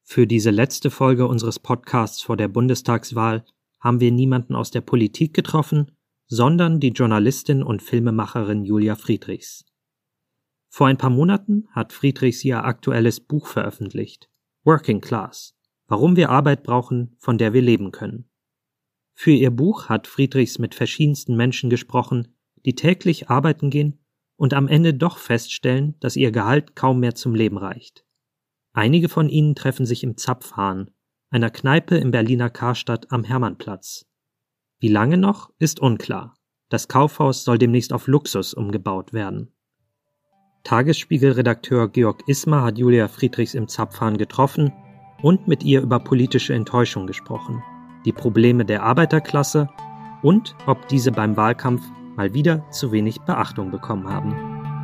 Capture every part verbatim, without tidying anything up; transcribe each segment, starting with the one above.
Für diese letzte Folge unseres Podcasts vor der Bundestagswahl haben wir niemanden aus der Politik getroffen, sondern die Journalistin und Filmemacherin Julia Friedrichs. Vor ein paar Monaten hat Friedrichs ihr aktuelles Buch veröffentlicht, Working Class: Warum wir Arbeit brauchen, von der wir leben können. Für ihr Buch hat Friedrichs mit verschiedensten Menschen gesprochen, die täglich arbeiten gehen und am Ende doch feststellen, dass ihr Gehalt kaum mehr zum Leben reicht. Einige von ihnen treffen sich im Zapfhahn, einer Kneipe im Berliner Karstadt am Hermannplatz. Wie lange noch, ist unklar. Das Kaufhaus soll demnächst auf Luxus umgebaut werden. Tagesspiegel-Redakteur Georg Issmer hat Julia Friedrichs im Zapfhahn getroffen und mit ihr über politische Enttäuschung gesprochen, die Probleme der Arbeiterklasse und ob diese beim Wahlkampf mal wieder zu wenig Beachtung bekommen haben.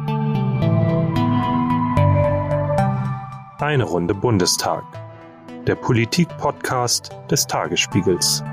Eine Runde Bundestag, der Politik-Podcast des Tagesspiegels.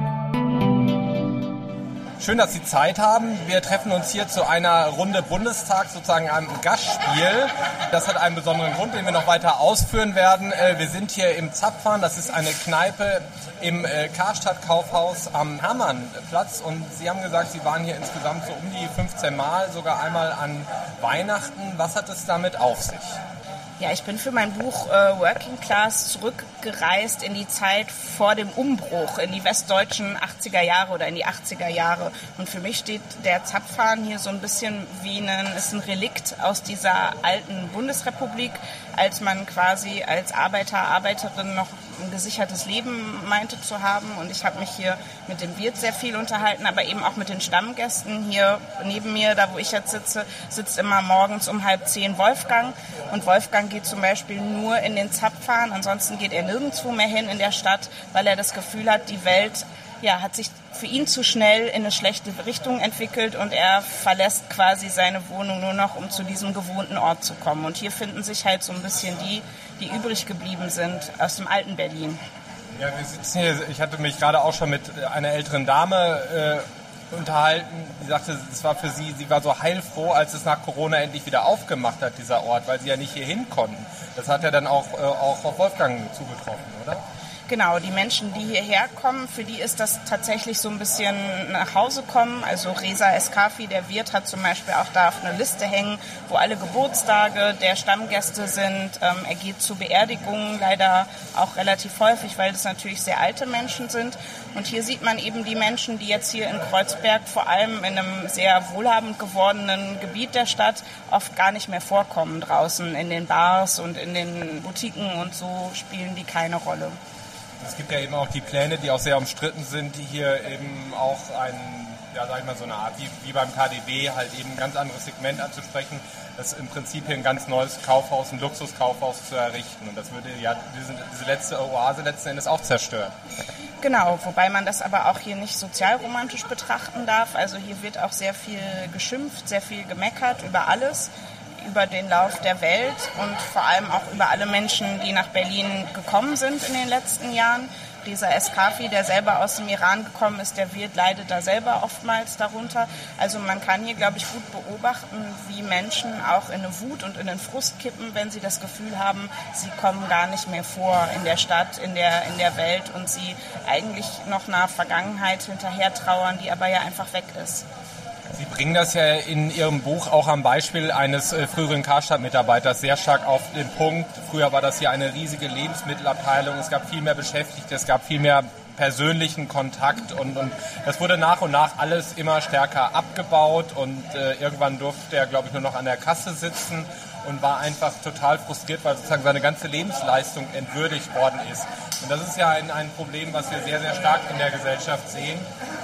Schön, dass Sie Zeit haben. Wir treffen uns hier zu einer Runde Bundestag, sozusagen einem Gastspiel. Das hat einen besonderen Grund, den wir noch weiter ausführen werden. Wir sind hier im Zapfhahn, das ist eine Kneipe im Karstadt-Kaufhaus am Hermannplatz. Und Sie haben gesagt, Sie waren hier insgesamt so um die fünfzehn Mal, sogar einmal an Weihnachten. Was hat es damit auf sich? Ja, ich bin für mein Buch äh, Working Class zurückgereist in die Zeit vor dem Umbruch, in die westdeutschen achtziger Jahre oder in die achtziger Jahre. Und für mich steht der Zapfhahn hier so ein bisschen wie ein, ist ein Relikt aus dieser alten Bundesrepublik, als man quasi als Arbeiter, Arbeiterin noch ein gesichertes Leben meinte zu haben. Und ich habe mich hier mit dem Wirt sehr viel unterhalten, aber eben auch mit den Stammgästen. Hier neben mir, da wo ich jetzt sitze, sitzt immer morgens um halb zehn Wolfgang. Und Wolfgang geht zum Beispiel nur in den Zapfhahn, ansonsten geht er nirgendwo mehr hin in der Stadt, weil er das Gefühl hat, die Welt ja, hat sich für ihn zu schnell in eine schlechte Richtung entwickelt und er verlässt quasi seine Wohnung nur noch, um zu diesem gewohnten Ort zu kommen. Und hier finden sich halt so ein bisschen die, die übrig geblieben sind aus dem alten Berlin. Ja, wir sitzen hier, ich hatte mich gerade auch schon mit einer älteren Dame äh, unterhalten, die sagte, es war für sie, sie war so heilfroh, als es nach Corona endlich wieder aufgemacht hat, dieser Ort, weil sie ja nicht hier hin konnten. Das hat ja dann auch, äh, auch auf Wolfgang zugetroffen, oder? Genau, die Menschen, die hierher kommen, für die ist das tatsächlich so ein bisschen nach Hause kommen. Also Reza Eskafi, der Wirt, hat zum Beispiel auch da auf eine Liste hängen, wo alle Geburtstage der Stammgäste sind. Ähm, er geht zu Beerdigungen leider auch relativ häufig, weil das natürlich sehr alte Menschen sind. Und hier sieht man eben die Menschen, die jetzt hier in Kreuzberg, vor allem in einem sehr wohlhabend gewordenen Gebiet der Stadt, oft gar nicht mehr vorkommen draußen in den Bars und in den Boutiquen und so spielen die keine Rolle. Es gibt ja eben auch die Pläne, die auch sehr umstritten sind, hier eben auch ein, ja sag ich mal so eine Art, wie, wie beim K D W, halt eben ein ganz anderes Segment anzusprechen, das im Prinzip hier ein ganz neues Kaufhaus, ein Luxuskaufhaus zu errichten. Und das würde ja diese, diese letzte Oase letzten Endes auch zerstören. Genau, wobei man das aber auch hier nicht sozialromantisch betrachten darf. Also hier wird auch sehr viel geschimpft, sehr viel gemeckert über alles, über den Lauf der Welt und vor allem auch über alle Menschen, die nach Berlin gekommen sind in den letzten Jahren. Reza Eskafi, der selber aus dem Iran gekommen ist, der Wirt leidet da selber oftmals darunter. Also man kann hier, glaube ich, gut beobachten, wie Menschen auch in eine Wut und in den Frust kippen, wenn sie das Gefühl haben, sie kommen gar nicht mehr vor in der Stadt, in der, in der Welt und sie eigentlich noch einer Vergangenheit hinterher trauern, die aber ja einfach weg ist. Sie bringen das ja in Ihrem Buch auch am Beispiel eines äh, früheren Karstadt-Mitarbeiters sehr stark auf den Punkt. Früher war das hier eine riesige Lebensmittelabteilung, es gab viel mehr Beschäftigte, es gab viel mehr persönlichen Kontakt und, und das wurde nach und nach alles immer stärker abgebaut und äh, irgendwann durfte er, glaube ich, nur noch an der Kasse sitzen und war einfach total frustriert, weil sozusagen seine ganze Lebensleistung entwürdigt worden ist. Und das ist ja ein, ein Problem, was wir sehr, sehr stark in der Gesellschaft sehen,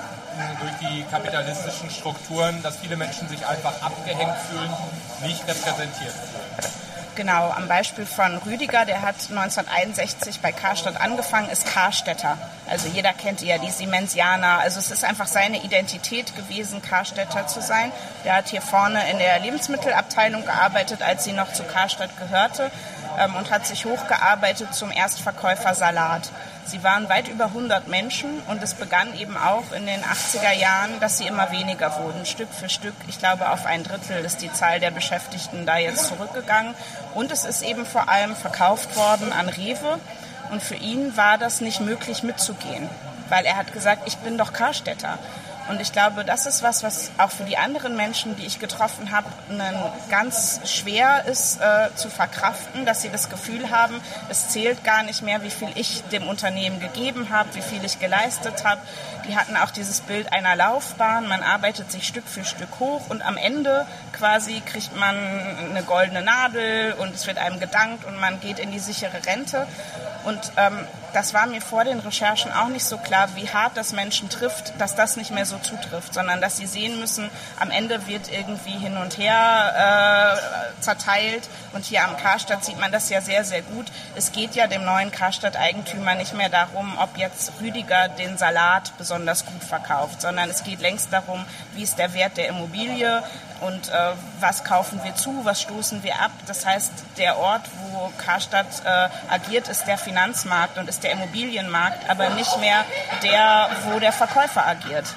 durch die kapitalistischen Strukturen, dass viele Menschen sich einfach abgehängt fühlen, nicht repräsentiert fühlen. Genau, am Beispiel von Rüdiger, der hat neunzehnhunderteinundsechzig bei Karstadt angefangen, ist Karstädter. Also jeder kennt ja die Siemensianer. Also es ist einfach seine Identität gewesen, Karstädter zu sein. Der hat hier vorne in der Lebensmittelabteilung gearbeitet, als sie noch zu Karstadt gehörte, ähm, und hat sich hochgearbeitet zum Erstverkäufer Salat. Sie waren weit über hundert Menschen und es begann eben auch in den achtziger Jahren, dass sie immer weniger wurden, Stück für Stück. Ich glaube, auf ein Drittel ist die Zahl der Beschäftigten da jetzt zurückgegangen. Und es ist eben vor allem verkauft worden an Rewe. Und für ihn war das nicht möglich mitzugehen, weil er hat gesagt, ich bin doch Karstädter. Und ich glaube, das ist was, was auch für die anderen Menschen, die ich getroffen habe, ganz schwer ist äh, zu verkraften, dass sie das Gefühl haben, es zählt gar nicht mehr, wie viel ich dem Unternehmen gegeben habe, wie viel ich geleistet habe. Die hatten auch dieses Bild einer Laufbahn, man arbeitet sich Stück für Stück hoch und am Ende quasi kriegt man eine goldene Nadel und es wird einem gedankt und man geht in die sichere Rente. Und ähm, das war mir vor den Recherchen auch nicht so klar, wie hart das Menschen trifft, dass das nicht mehr so zutrifft, sondern dass sie sehen müssen, am Ende wird irgendwie hin und her äh, zerteilt. Und hier am Karstadt sieht man das ja sehr, sehr gut. Es geht ja dem neuen Karstadt-Eigentümer nicht mehr darum, ob jetzt Rüdiger den Salat besonders gut verkauft, sondern es geht längst darum, wie ist der Wert der Immobilie und äh, was kaufen wir zu, was stoßen wir ab. Das heißt, der Ort, wo Karstadt äh, agiert, ist der Finanzmarkt und ist der Immobilienmarkt, aber nicht mehr der, wo der Verkäufer agiert.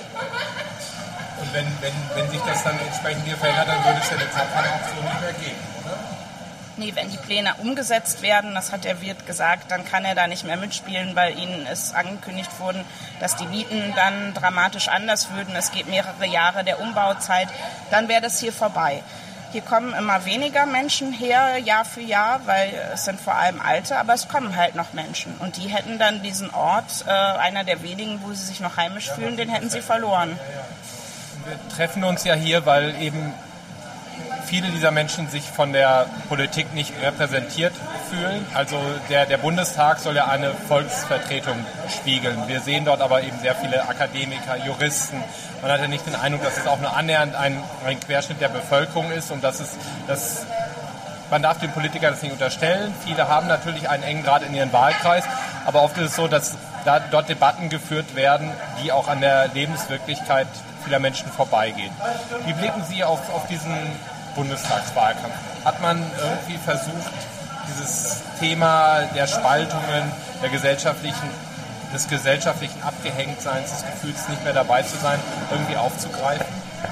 Und wenn, wenn, wenn sich das dann entsprechend hier verändert, dann würde es ja den Zapfhahn auch so nicht mehr geben, oder? Nee, wenn die Pläne umgesetzt werden, das hat der Wirt gesagt, dann kann er da nicht mehr mitspielen, weil ihnen ist angekündigt worden, dass die Mieten dann dramatisch anders würden. Es geht mehrere Jahre der Umbauzeit, dann wäre das hier vorbei. Hier kommen immer weniger Menschen her, Jahr für Jahr, weil es sind vor allem Alte, aber es kommen halt noch Menschen. Und die hätten dann diesen Ort, äh, einer der wenigen, wo sie sich noch heimisch fühlen, den hätten sie verloren. Wir treffen uns ja hier, weil eben viele dieser Menschen sich von der Politik nicht repräsentiert fühlen. Also der, der Bundestag soll ja eine Volksvertretung spiegeln. Wir sehen dort aber eben sehr viele Akademiker, Juristen. Man hat ja nicht den Eindruck, dass es auch nur annähernd ein, ein Querschnitt der Bevölkerung ist und dass es, dass man darf den Politikern das nicht unterstellen. Viele haben natürlich einen engen Draht in ihren Wahlkreis, aber oft ist es so, dass da, dort Debatten geführt werden, die auch an der Lebenswirklichkeit vieler Menschen vorbeigehen. Wie blicken Sie auf, auf diesen Bundestagswahlkampf? Hat man irgendwie versucht, dieses Thema der Spaltungen, der gesellschaftlichen, des gesellschaftlichen Abgehängtseins, des Gefühls, nicht mehr dabei zu sein, irgendwie aufzugreifen?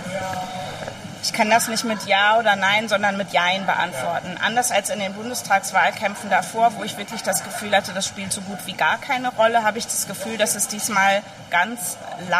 Ich kann das nicht mit Ja oder Nein, sondern mit Jein beantworten. Anders als in den Bundestagswahlkämpfen davor, wo ich wirklich das Gefühl hatte, das spielt so gut wie gar keine Rolle, habe ich das Gefühl, dass es diesmal ganz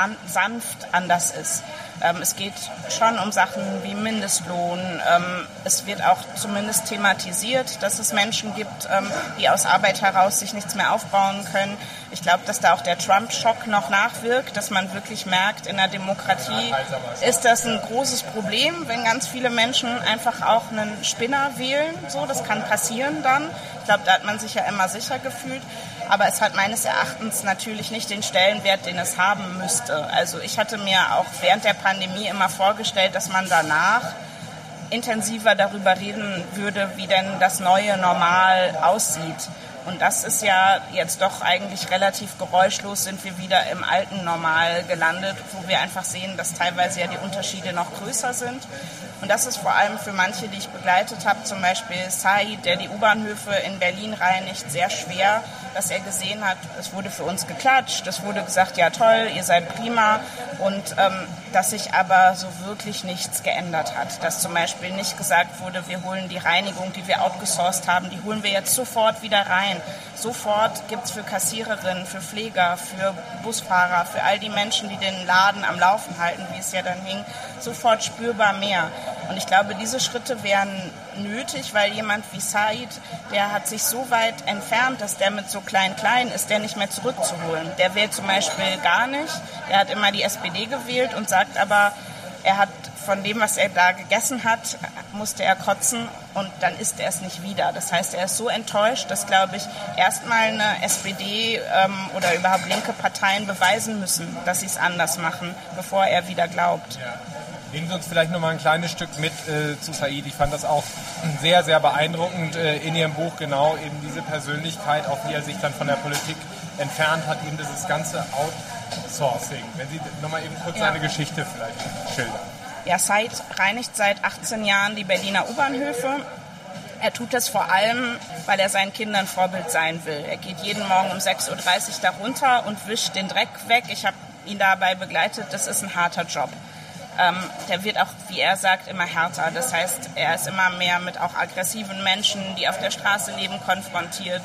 sanft anders ist. Ähm, es geht schon um Sachen wie Mindestlohn. Ähm, es wird auch zumindest thematisiert, dass es Menschen gibt, ähm, die aus Arbeit heraus sich nichts mehr aufbauen können. Ich glaube, dass da auch der Trump-Schock noch nachwirkt, dass man wirklich merkt, in der Demokratie ist das ein großes Problem, wenn ganz viele Menschen einfach auch einen Spinner wählen. So, das kann passieren dann. Ich glaube, da hat man sich ja immer sicher gefühlt. Aber es hat meines Erachtens natürlich nicht den Stellenwert, den es haben müsste. Also ich hatte mir auch während der Pandemie immer vorgestellt, dass man danach intensiver darüber reden würde, wie denn das neue Normal aussieht. Und das ist ja jetzt doch eigentlich relativ geräuschlos, sind wir wieder im alten Normal gelandet, wo wir einfach sehen, dass teilweise ja die Unterschiede noch größer sind. Und das ist vor allem für manche, die ich begleitet habe, zum Beispiel Said, der die U-Bahnhöfe in Berlin reinigt, sehr schwer, dass er gesehen hat, es wurde für uns geklatscht, es wurde gesagt, ja toll, ihr seid prima, und ähm, dass sich aber so wirklich nichts geändert hat. Dass zum Beispiel nicht gesagt wurde, wir holen die Reinigung, die wir outgesourced haben, die holen wir jetzt sofort wieder rein. Sofort gibt es für Kassiererinnen, für Pfleger, für Busfahrer, für all die Menschen, die den Laden am Laufen halten, wie es ja dann hing, sofort spürbar mehr. Und ich glaube, diese Schritte wären nötig, weil jemand wie Said, der hat sich so weit entfernt, dass der mit so klein-klein ist, der nicht mehr zurückzuholen. Der wählt zum Beispiel gar nicht, der hat immer die S P D gewählt und sagt aber, er hat von dem, was er da gegessen hat, musste er kotzen und dann isst er es nicht wieder. Das heißt, er ist so enttäuscht, dass, glaube ich, erstmal eine S P D ähm, oder überhaupt linke Parteien beweisen müssen, dass sie es anders machen, bevor er wieder glaubt. Ja. Nehmen Sie uns vielleicht noch mal ein kleines Stück mit äh, zu Said. Ich fand das auch sehr, sehr beeindruckend äh, in Ihrem Buch, genau eben diese Persönlichkeit, auch wie er sich dann von der Politik entfernt hat, eben dieses ganze Outsourcing. Wenn Sie noch mal eben kurz ja. seine Geschichte vielleicht schildern. Ja, Said reinigt seit achtzehn Jahren die Berliner U-Bahnhöfe. Er tut das vor allem, weil er seinen Kindern Vorbild sein will. Er geht jeden Morgen um sechs Uhr dreißig da runter und wischt den Dreck weg. Ich habe ihn dabei begleitet. Das ist ein harter Job. Ähm, der wird auch, wie er sagt, immer härter. Das heißt, er ist immer mehr mit auch aggressiven Menschen, die auf der Straße leben, konfrontiert.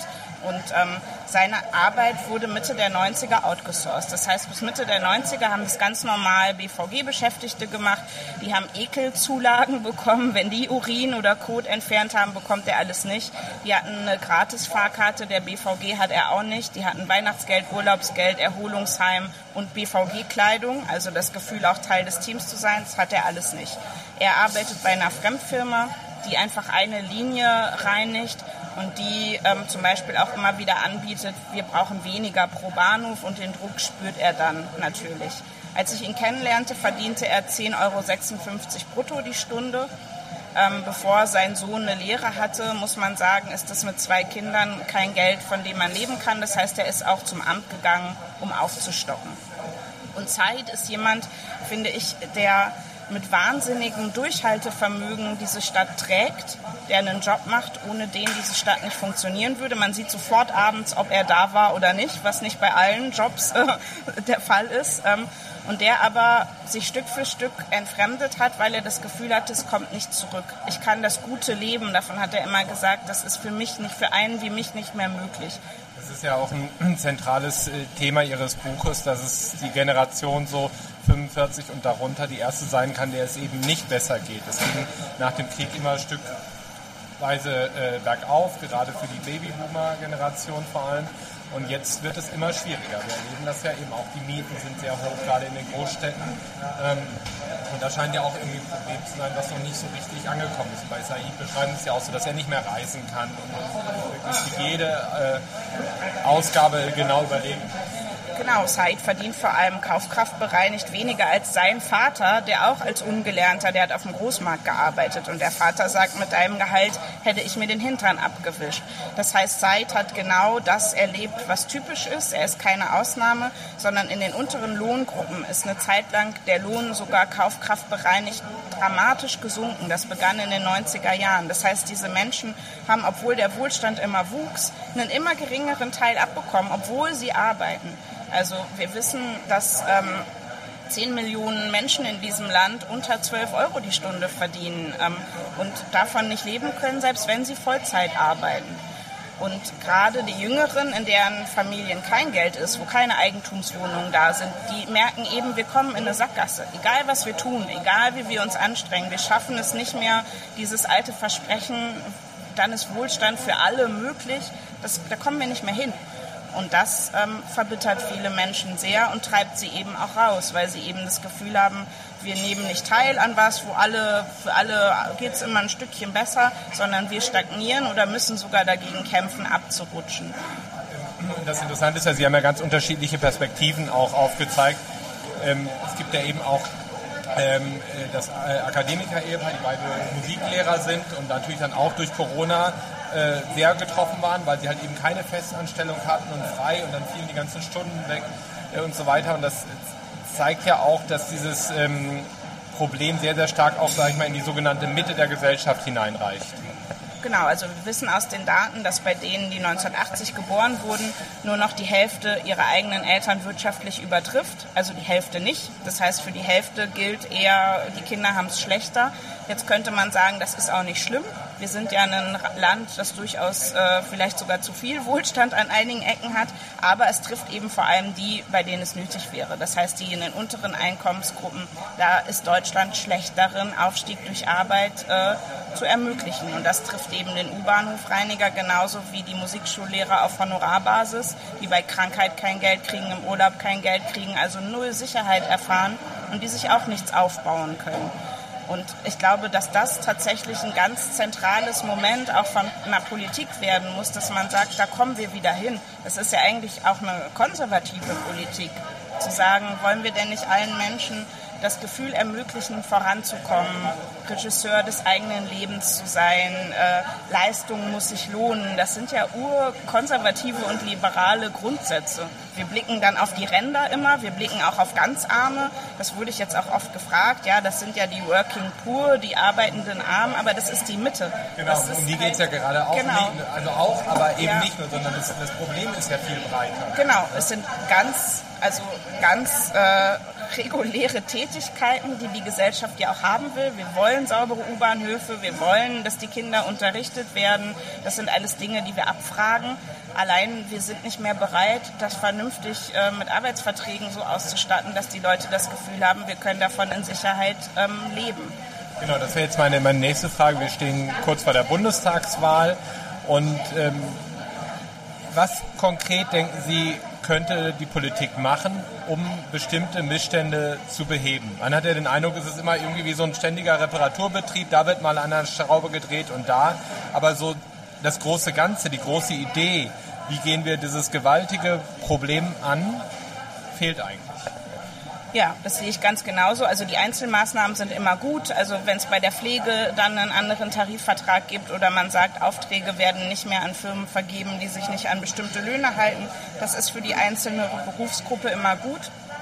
Und ähm, seine Arbeit wurde Mitte der neunziger outgesourced. Das heißt, bis Mitte der neunziger haben das ganz normal B V G-Beschäftigte gemacht. Die haben Ekelzulagen bekommen. Wenn die Urin oder Kot entfernt haben, bekommt er alles nicht. Die hatten eine Gratis-Fahrkarte, der B V G hat er auch nicht. Die hatten Weihnachtsgeld, Urlaubsgeld, Erholungsheim und B V G-Kleidung. Also das Gefühl, auch Teil des Teams zu sein, das hat er alles nicht. Er arbeitet bei einer Fremdfirma, die einfach eine Linie reinigt und die ähm, zum Beispiel auch immer wieder anbietet, wir brauchen weniger pro Bahnhof und den Druck spürt er dann natürlich. Als ich ihn kennenlernte, verdiente er zehn Euro sechsundfünfzig brutto die Stunde. Ähm, bevor sein Sohn eine Lehre hatte, muss man sagen, ist das mit zwei Kindern kein Geld, von dem man leben kann. Das heißt, er ist auch zum Amt gegangen, um aufzustocken. Und Said ist jemand, finde ich, der mit wahnsinnigem Durchhaltevermögen diese Stadt trägt, der einen Job macht, ohne den diese Stadt nicht funktionieren würde. Man sieht sofort abends, ob er da war oder nicht, was nicht bei allen Jobs äh, der Fall ist. Ähm, und der aber sich Stück für Stück entfremdet hat, weil er das Gefühl hatte, es kommt nicht zurück. Ich kann das gute Leben, davon hat er immer gesagt, das ist für mich nicht, für einen wie mich nicht mehr möglich. Das ist ja auch ein zentrales Thema Ihres Buches, dass es die Generation so fünfundvierzig und darunter die erste sein kann, der es eben nicht besser geht. Es ging nach dem Krieg immer stückweise äh, bergauf, gerade für die Babyboomer-Generation vor allem. Und jetzt wird es immer schwieriger. Wir erleben das ja eben auch, die Mieten sind sehr hoch, gerade in den Großstädten. Ähm, und da scheint ja auch irgendwie ein Problem zu sein, was noch nicht so richtig angekommen ist. Bei Said beschreiben es ja auch so, dass er nicht mehr reisen kann und wirklich jede äh, Ausgabe genau überlegen. Genau, Said verdient vor allem kaufkraftbereinigt weniger als sein Vater, der auch als Ungelernter, der hat auf dem Großmarkt gearbeitet. Und der Vater sagt, mit deinem Gehalt hätte ich mir den Hintern abgewischt. Das heißt, Said hat genau das erlebt, was typisch ist. Er ist keine Ausnahme, sondern in den unteren Lohngruppen ist eine Zeit lang der Lohn sogar kaufkraftbereinigt dramatisch gesunken. Das begann in den neunziger Jahren. Das heißt, diese Menschen haben, obwohl der Wohlstand immer wuchs, einen immer geringeren Teil abbekommen, obwohl sie arbeiten. Also wir wissen, dass ähm, zehn Millionen Menschen in diesem Land unter zwölf Euro die Stunde verdienen ähm, und davon nicht leben können, selbst wenn sie Vollzeit arbeiten. Und gerade die Jüngeren, in deren Familien kein Geld ist, wo keine Eigentumswohnungen da sind, die merken eben, wir kommen in eine Sackgasse. Egal, was wir tun, egal, wie wir uns anstrengen, wir schaffen es nicht mehr, dieses alte Versprechen, dann ist Wohlstand für alle möglich, das, da kommen wir nicht mehr hin. Und das ähm, verbittert viele Menschen sehr und treibt sie eben auch raus, weil sie eben das Gefühl haben, wir nehmen nicht teil an was, wo alle, für alle geht es immer ein Stückchen besser, sondern wir stagnieren oder müssen sogar dagegen kämpfen, abzurutschen. Das Interessante ist ja, Sie haben ja ganz unterschiedliche Perspektiven auch aufgezeigt. Ähm, es gibt ja eben auch ähm, das äh, Akademiker-Ehepaar, die beide Musiklehrer sind und natürlich dann auch durch Corona sehr getroffen waren, weil sie halt eben keine Festanstellung hatten und frei und dann fielen die ganzen Stunden weg und so weiter. Und das zeigt ja auch, dass dieses ähm, Problem sehr, sehr stark auch, sage ich mal, in die sogenannte Mitte der Gesellschaft hineinreicht. Genau, also wir wissen aus den Daten, dass bei denen, die neunzehnhundertachtzig geboren wurden, nur noch die Hälfte ihrer eigenen Eltern wirtschaftlich übertrifft, also die Hälfte nicht. Das heißt, für die Hälfte gilt eher, die Kinder haben es schlechter. Jetzt könnte man sagen, das ist auch nicht schlimm. Wir sind ja ein Land, das durchaus äh, vielleicht sogar zu viel Wohlstand an einigen Ecken hat, aber es trifft eben vor allem die, bei denen es nötig wäre. Das heißt, die in den unteren Einkommensgruppen, da ist Deutschland schlecht darin, Aufstieg durch Arbeit äh, zu ermöglichen. Und das trifft eben den U-Bahnhofreiniger genauso wie die Musikschullehrer auf Honorarbasis, die bei Krankheit kein Geld kriegen, im Urlaub kein Geld kriegen, also null Sicherheit erfahren und die sich auch nichts aufbauen können. Und ich glaube, dass das tatsächlich ein ganz zentrales Moment auch von einer Politik werden muss, dass man sagt, da kommen wir wieder hin. Das ist ja eigentlich auch eine konservative Politik, zu sagen, wollen wir denn nicht allen Menschen das Gefühl ermöglichen, voranzukommen, Regisseur des eigenen Lebens zu sein, äh, Leistung muss sich lohnen. Das sind ja urkonservative und liberale Grundsätze. Wir blicken dann auf die Ränder immer, wir blicken auch auf ganz Arme. Das wurde ich jetzt auch oft gefragt. Ja, das sind ja die Working Poor, die arbeitenden Armen, aber das ist die Mitte. Genau, um die geht es ja gerade auch. Genau. Nicht, also auch, aber eben ja. nicht nur, sondern das, das Problem ist ja viel breiter. Genau, es sind ganz, also ganz äh, reguläre Tätigkeiten, die die Gesellschaft ja auch haben will. Wir wollen saubere U-Bahnhöfe, wir wollen, dass die Kinder unterrichtet werden. Das sind alles Dinge, die wir abfragen. Allein wir sind nicht mehr bereit, das vernünftig äh, mit Arbeitsverträgen so auszustatten, dass die Leute das Gefühl haben, wir können davon in Sicherheit ähm, leben. Genau, das wäre jetzt meine, meine nächste Frage. Wir stehen kurz vor der Bundestagswahl. Und ähm, was konkret denken Sie, könnte die Politik machen, um bestimmte Missstände zu beheben? Man hat ja den Eindruck, es ist immer irgendwie wie so ein ständiger Reparaturbetrieb. Da wird mal an einer Schraube gedreht und da. Aber so das große Ganze, die große Idee, wie gehen wir dieses gewaltige Problem an, fehlt eigentlich. Ja, das sehe ich ganz genauso. Also die Einzelmaßnahmen sind immer gut. Also wenn es bei der Pflege dann einen anderen Tarifvertrag gibt oder man sagt, Aufträge werden nicht mehr an Firmen vergeben, die sich nicht an bestimmte Löhne halten, das ist für die einzelne Berufsgruppe immer gut,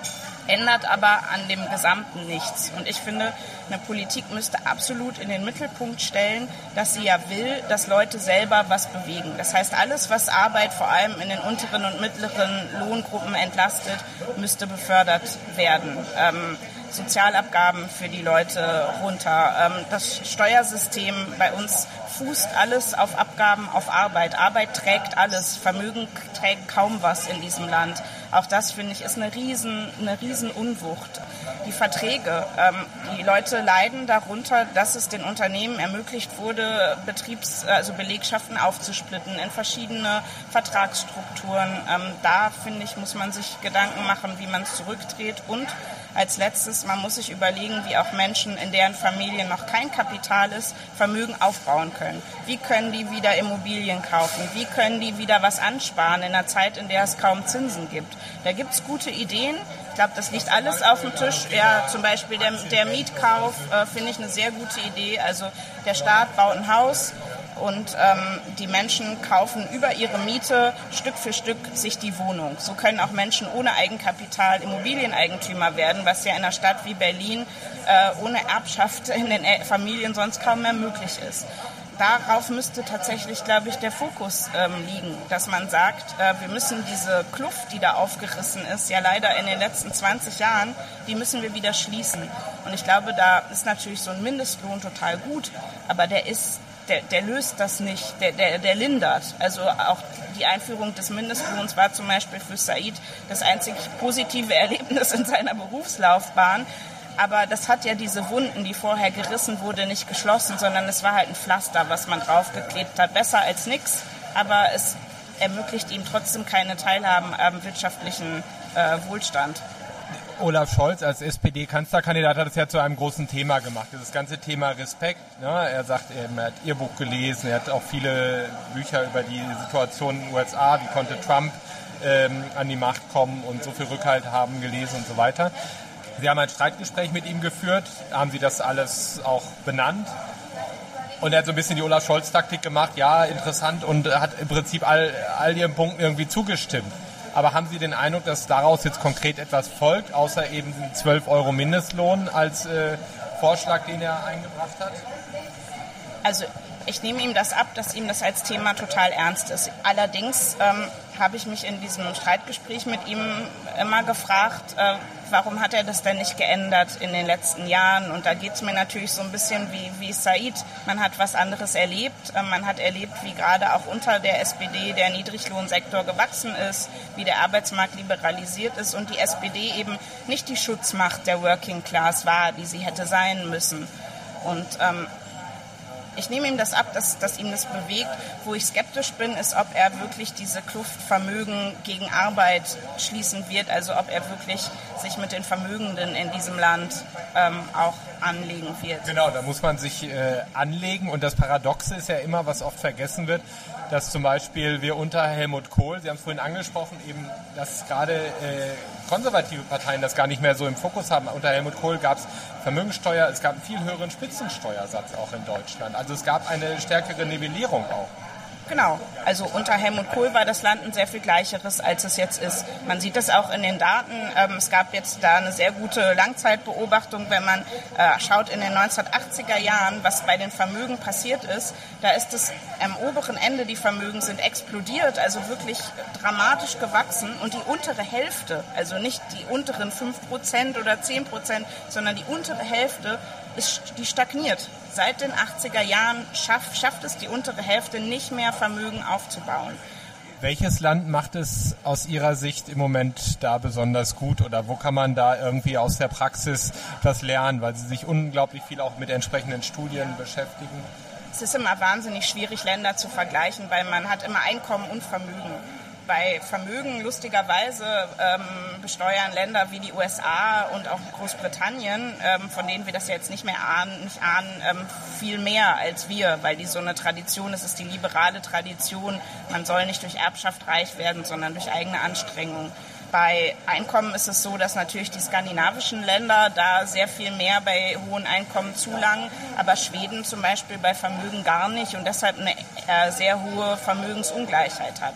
ändert aber an dem Gesamten nichts. Und ich finde, eine Politik müsste absolut in den Mittelpunkt stellen, dass sie ja will, dass Leute selber was bewegen. Das heißt, alles, was Arbeit vor allem in den unteren und mittleren Lohngruppen entlastet, müsste befördert werden. Ähm, Sozialabgaben für die Leute runter. Ähm, das Steuersystem bei uns fußt alles auf Abgaben auf Arbeit. Arbeit trägt alles. Vermögen trägt kaum was in diesem Land. Auch das, finde ich, ist eine riesen, eine riesen Unwucht. Die Verträge, ähm, die Leute leiden darunter, dass es den Unternehmen ermöglicht wurde, Betriebs-, also Belegschaften aufzusplitten in verschiedene Vertragsstrukturen. Ähm, da, finde ich, muss man sich Gedanken machen, wie man es zurückdreht. Und als letztes, man muss sich überlegen, wie auch Menschen, in deren Familien noch kein Kapital ist, Vermögen aufbauen können. Wie können die wieder Immobilien kaufen? Wie können die wieder was ansparen in einer Zeit, in der es kaum Zinsen gibt? Da gibt es gute Ideen. Ich glaube, das liegt alles auf dem Tisch. Ja, zum Beispiel der, der Mietkauf äh, finde ich eine sehr gute Idee. Also der Staat baut ein Haus und ähm, die Menschen kaufen über ihre Miete Stück für Stück sich die Wohnung. So können auch Menschen ohne Eigenkapital Immobilieneigentümer werden, was ja in einer Stadt wie Berlin äh, ohne Erbschaft in den Familien sonst kaum mehr möglich ist. Darauf müsste tatsächlich, glaube ich, der Fokus ähm, liegen, dass man sagt, äh, wir müssen diese Kluft, die da aufgerissen ist, ja leider in den letzten zwanzig Jahren, die müssen wir wieder schließen. Und ich glaube, da ist natürlich so ein Mindestlohn total gut, aber der ist Der, der löst das nicht, der, der, der lindert. Also auch die Einführung des Mindestlohns war zum Beispiel für Said das einzig positive Erlebnis in seiner Berufslaufbahn. Aber das hat ja diese Wunden, die vorher gerissen wurde, nicht geschlossen, sondern es war halt ein Pflaster, was man draufgeklebt hat. Besser als nichts, aber es ermöglicht ihm trotzdem keine Teilhabe am wirtschaftlichen äh, Wohlstand. Olaf Scholz als S P D-Kanzlerkandidat hat es ja zu einem großen Thema gemacht. Das ganze Thema Respekt. Ne? Er sagt, er hat Ihr Buch gelesen, er hat auch viele Bücher über die Situation in den U S A, wie konnte Trump ähm, an die Macht kommen und so viel Rückhalt haben, gelesen und so weiter. Sie haben ein Streitgespräch mit ihm geführt, haben Sie das alles auch benannt? Und er hat so ein bisschen die Olaf Scholz-Taktik gemacht, ja, interessant, und hat im Prinzip all, all Ihren Punkten irgendwie zugestimmt. Aber haben Sie den Eindruck, dass daraus jetzt konkret etwas folgt, außer eben den zwölf Euro Mindestlohn als äh, Vorschlag, den er eingebracht hat? Also ich nehme ihm das ab, dass ihm das als Thema total ernst ist. Allerdings ähm, habe ich mich in diesem Streitgespräch mit ihm immer gefragt, äh, warum hat er das denn nicht geändert in den letzten Jahren? Und da geht es mir natürlich so ein bisschen wie, wie Said. Man hat was anderes erlebt. Äh, man hat erlebt, wie gerade auch unter der S P D der Niedriglohnsektor gewachsen ist, wie der Arbeitsmarkt liberalisiert ist und die S P D eben nicht die Schutzmacht der Working Class war, die sie hätte sein müssen. Und ähm, ich nehme ihm das ab, dass, dass ihm das bewegt. Wo ich skeptisch bin, ist, ob er wirklich diese Kluft Vermögen gegen Arbeit schließen wird. Also ob er wirklich sich mit den Vermögenden in diesem Land ähm, auch anlegen wird. Genau, da muss man sich äh, anlegen. Und das Paradoxe ist ja immer, was oft vergessen wird, dass zum Beispiel wir unter Helmut Kohl, Sie haben es vorhin angesprochen, eben, dass gerade äh, konservative Parteien das gar nicht mehr so im Fokus haben. Unter Helmut Kohl gab es Vermögensteuer, es gab einen viel höheren Spitzensteuersatz auch in Deutschland. Also es gab eine stärkere Nivellierung auch. Genau, also unter Helmut Kohl war das Land ein sehr viel gleicheres, als es jetzt ist. Man sieht das auch in den Daten. Ähm, es gab jetzt da eine sehr gute Langzeitbeobachtung, wenn man äh, schaut in den neunzehnhundertachtziger Jahren, was bei den Vermögen passiert ist. Da ist es am oberen Ende, die Vermögen sind explodiert, also wirklich dramatisch gewachsen. Und die untere Hälfte, also nicht die unteren fünf Prozent oder zehn Prozent, sondern die untere Hälfte, ist, die stagniert. Seit den achtziger Jahren schafft, schafft es die untere Hälfte nicht mehr, Vermögen aufzubauen. Welches Land macht es aus Ihrer Sicht im Moment da besonders gut oder wo kann man da irgendwie aus der Praxis was lernen, weil Sie sich unglaublich viel auch mit entsprechenden Studien beschäftigen? Es ist immer wahnsinnig schwierig, Länder zu vergleichen, weil man hat immer Einkommen und Vermögen. Bei Vermögen, lustigerweise, ähm, besteuern Länder wie die U S A und auch Großbritannien, ähm, von denen wir das ja jetzt nicht mehr ahnen, nicht ahnen, ähm, viel mehr als wir, weil die so eine Tradition ist, es ist die liberale Tradition. Man soll nicht durch Erbschaft reich werden, sondern durch eigene Anstrengung. Bei Einkommen ist es so, dass natürlich die skandinavischen Länder da sehr viel mehr bei hohen Einkommen zulangen, aber Schweden zum Beispiel bei Vermögen gar nicht und deshalb eine äh, sehr hohe Vermögensungleichheit hat.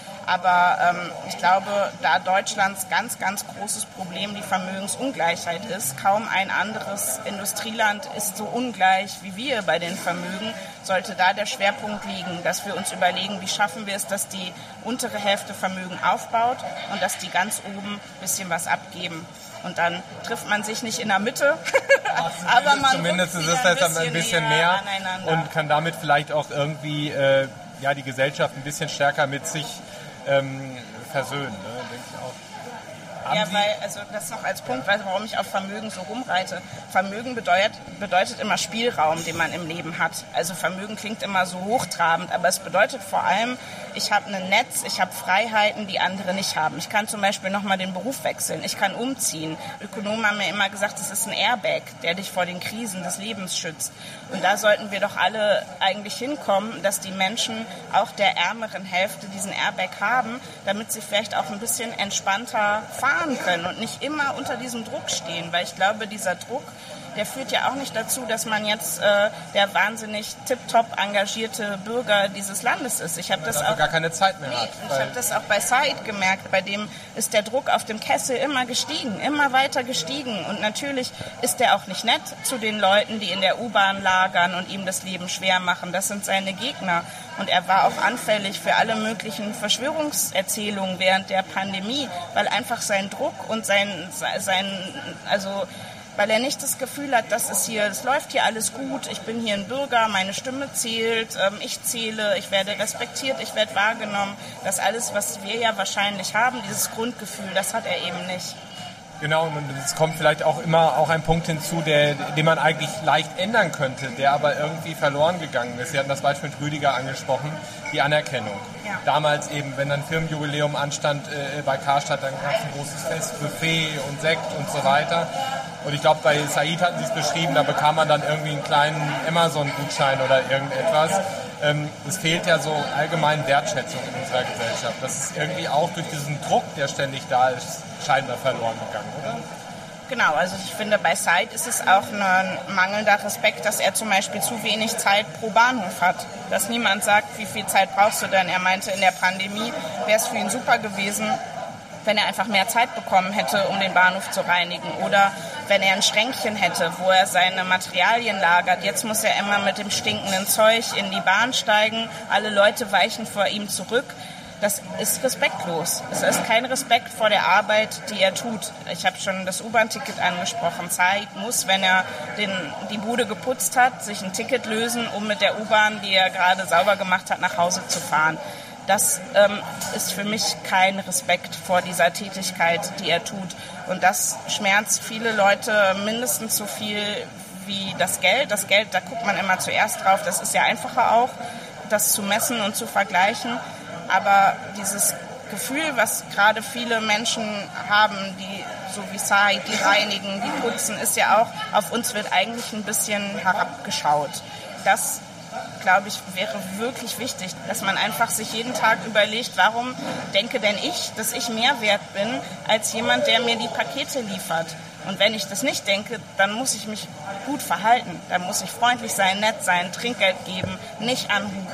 Aber ähm, ich glaube, da Deutschlands ganz, ganz großes Problem die Vermögensungleichheit ist, kaum ein anderes Industrieland ist so ungleich wie wir bei den Vermögen, sollte da der Schwerpunkt liegen, dass wir uns überlegen, wie schaffen wir es, dass die untere Hälfte Vermögen aufbaut und dass die ganz oben ein bisschen was abgeben. Und dann trifft man sich nicht in der Mitte, Ach, aber man zumindest ist es ein dann ein bisschen mehr und kann damit vielleicht auch irgendwie äh, ja, die Gesellschaft ein bisschen stärker mit sich Ähm, versöhnen, ne? Denke ich auch. Haben ja, Sie weil, also das noch als Punkt, weil, warum ich auf Vermögen so rumreite. Vermögen bedeutet, bedeutet immer Spielraum, den man im Leben hat. Also Vermögen klingt immer so hochtrabend, aber es bedeutet vor allem, ich habe ein Netz, ich habe Freiheiten, die andere nicht haben. Ich kann zum Beispiel nochmal den Beruf wechseln, ich kann umziehen. Ökonomen haben mir immer gesagt, es ist ein Airbag, der dich vor den Krisen des Lebens schützt. Und da sollten wir doch alle eigentlich hinkommen, dass die Menschen auch der ärmeren Hälfte diesen Airbag haben, damit sie vielleicht auch ein bisschen entspannter fahren können und nicht immer unter diesem Druck stehen. Weil ich glaube, dieser Druck, der führt ja auch nicht dazu, dass man jetzt äh, der wahnsinnig tipptopp engagierte Bürger dieses Landes ist. Ich habe das also auch gar keine Zeit mehr nee, hat. Ich habe das auch bei Said gemerkt. Bei dem ist der Druck auf dem Kessel immer gestiegen, immer weiter gestiegen. Und natürlich ist der auch nicht nett zu den Leuten, die in der U-Bahn lagern und ihm das Leben schwer machen. Das sind seine Gegner. Und er war auch anfällig für alle möglichen Verschwörungserzählungen während der Pandemie, weil einfach sein Druck und sein, sein also weil er nicht das Gefühl hat, dass es hier, es läuft hier alles gut, ich bin hier ein Bürger, meine Stimme zählt, ähm, ich zähle, ich werde respektiert, ich werde wahrgenommen. Das alles, was wir ja wahrscheinlich haben, dieses Grundgefühl, das hat er eben nicht. Genau, und es kommt vielleicht auch immer auch ein Punkt hinzu, der, den man eigentlich leicht ändern könnte, der aber irgendwie verloren gegangen ist. Sie hatten das Beispiel mit Rüdiger angesprochen, die Anerkennung. Ja. Damals eben, wenn dann Firmenjubiläum anstand äh, bei Karstadt, dann gab es ein großes Fest, Buffet und Sekt und so weiter. Und ich glaube, bei Said hatten sie es beschrieben, da bekam man dann irgendwie einen kleinen Amazon-Gutschein oder irgendetwas. Ähm, es fehlt ja so allgemein Wertschätzung in unserer Gesellschaft. Das ist irgendwie auch durch diesen Druck, der ständig da ist, scheinbar verloren gegangen, oder? Genau, also ich finde, bei Said ist es auch ein mangelnder Respekt, dass er zum Beispiel zu wenig Zeit pro Bahnhof hat. Dass niemand sagt, wie viel Zeit brauchst du denn? Er meinte, in der Pandemie wäre es für ihn super gewesen, wenn er einfach mehr Zeit bekommen hätte, um den Bahnhof zu reinigen. Oder wenn er ein Schränkchen hätte, wo er seine Materialien lagert. Jetzt muss er immer mit dem stinkenden Zeug in die Bahn steigen. Alle Leute weichen vor ihm zurück. Das ist respektlos. Es ist kein Respekt vor der Arbeit, die er tut. Ich habe schon das U-Bahn-Ticket angesprochen. Said muss, wenn er den, die Bude geputzt hat, sich ein Ticket lösen, um mit der U-Bahn, die er gerade sauber gemacht hat, nach Hause zu fahren. Das ähm, ist für mich kein Respekt vor dieser Tätigkeit, die er tut. Und das schmerzt viele Leute mindestens so viel wie das Geld. Das Geld, da guckt man immer zuerst drauf. Das ist ja einfacher auch, das zu messen und zu vergleichen. Aber dieses Gefühl, was gerade viele Menschen haben, die so wie Said, die reinigen, die putzen, ist ja auch, auf uns wird eigentlich ein bisschen herabgeschaut. Das, glaube ich, wäre wirklich wichtig, dass man einfach sich jeden Tag überlegt, warum denke denn ich, dass ich mehr wert bin als jemand, der mir die Pakete liefert. Und wenn ich das nicht denke, dann muss ich mich gut verhalten. Dann muss ich freundlich sein, nett sein, Trinkgeld geben, nicht anhupen.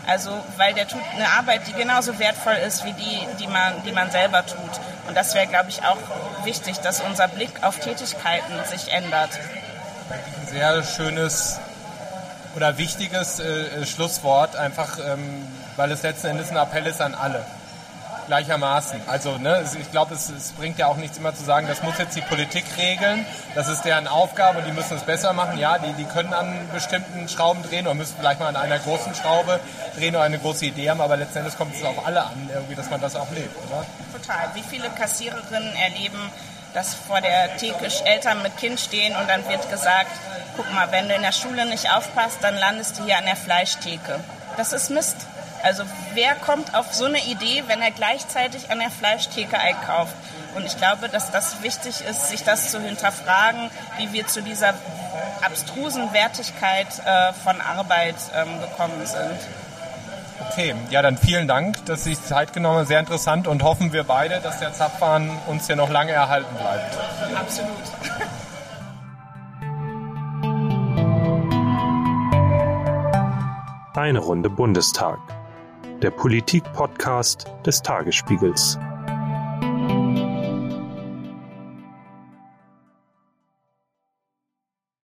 Also, weil der tut eine Arbeit, die genauso wertvoll ist wie die, die man, die man selber tut. Und das wäre, glaube ich, auch wichtig, dass unser Blick auf Tätigkeiten sich ändert. Ein sehr schönes oder wichtiges äh, Schlusswort, einfach, ähm, weil es letzten Endes ein Appell ist an alle. Gleichermaßen. Also ne, ich glaube, es, es bringt ja auch nichts immer zu sagen, das muss jetzt die Politik regeln, das ist deren Aufgabe und die müssen es besser machen. Ja, die, die können an bestimmten Schrauben drehen oder müssen vielleicht mal an einer großen Schraube drehen oder eine große Idee haben, aber letzten Endes kommt es auf alle an, irgendwie, dass man das auch lebt, oder? Total. Wie viele Kassiererinnen erleben, dass vor der Theke Eltern mit Kind stehen und dann wird gesagt, guck mal, wenn du in der Schule nicht aufpasst, dann landest du hier an der Fleischtheke. Das ist Mist. Also wer kommt auf so eine Idee, wenn er gleichzeitig an der Fleischtheke einkauft? Und ich glaube, dass das wichtig ist, sich das zu hinterfragen, wie wir zu dieser abstrusen Wertigkeit äh, von Arbeit ähm, gekommen sind. Okay, ja dann vielen Dank, dass Sie sich Zeit genommen haben, sehr interessant und hoffen wir beide, dass der Zapfhahn uns hier noch lange erhalten bleibt. Absolut. Eine Runde Bundestag. Der Politik-Podcast des Tagesspiegels.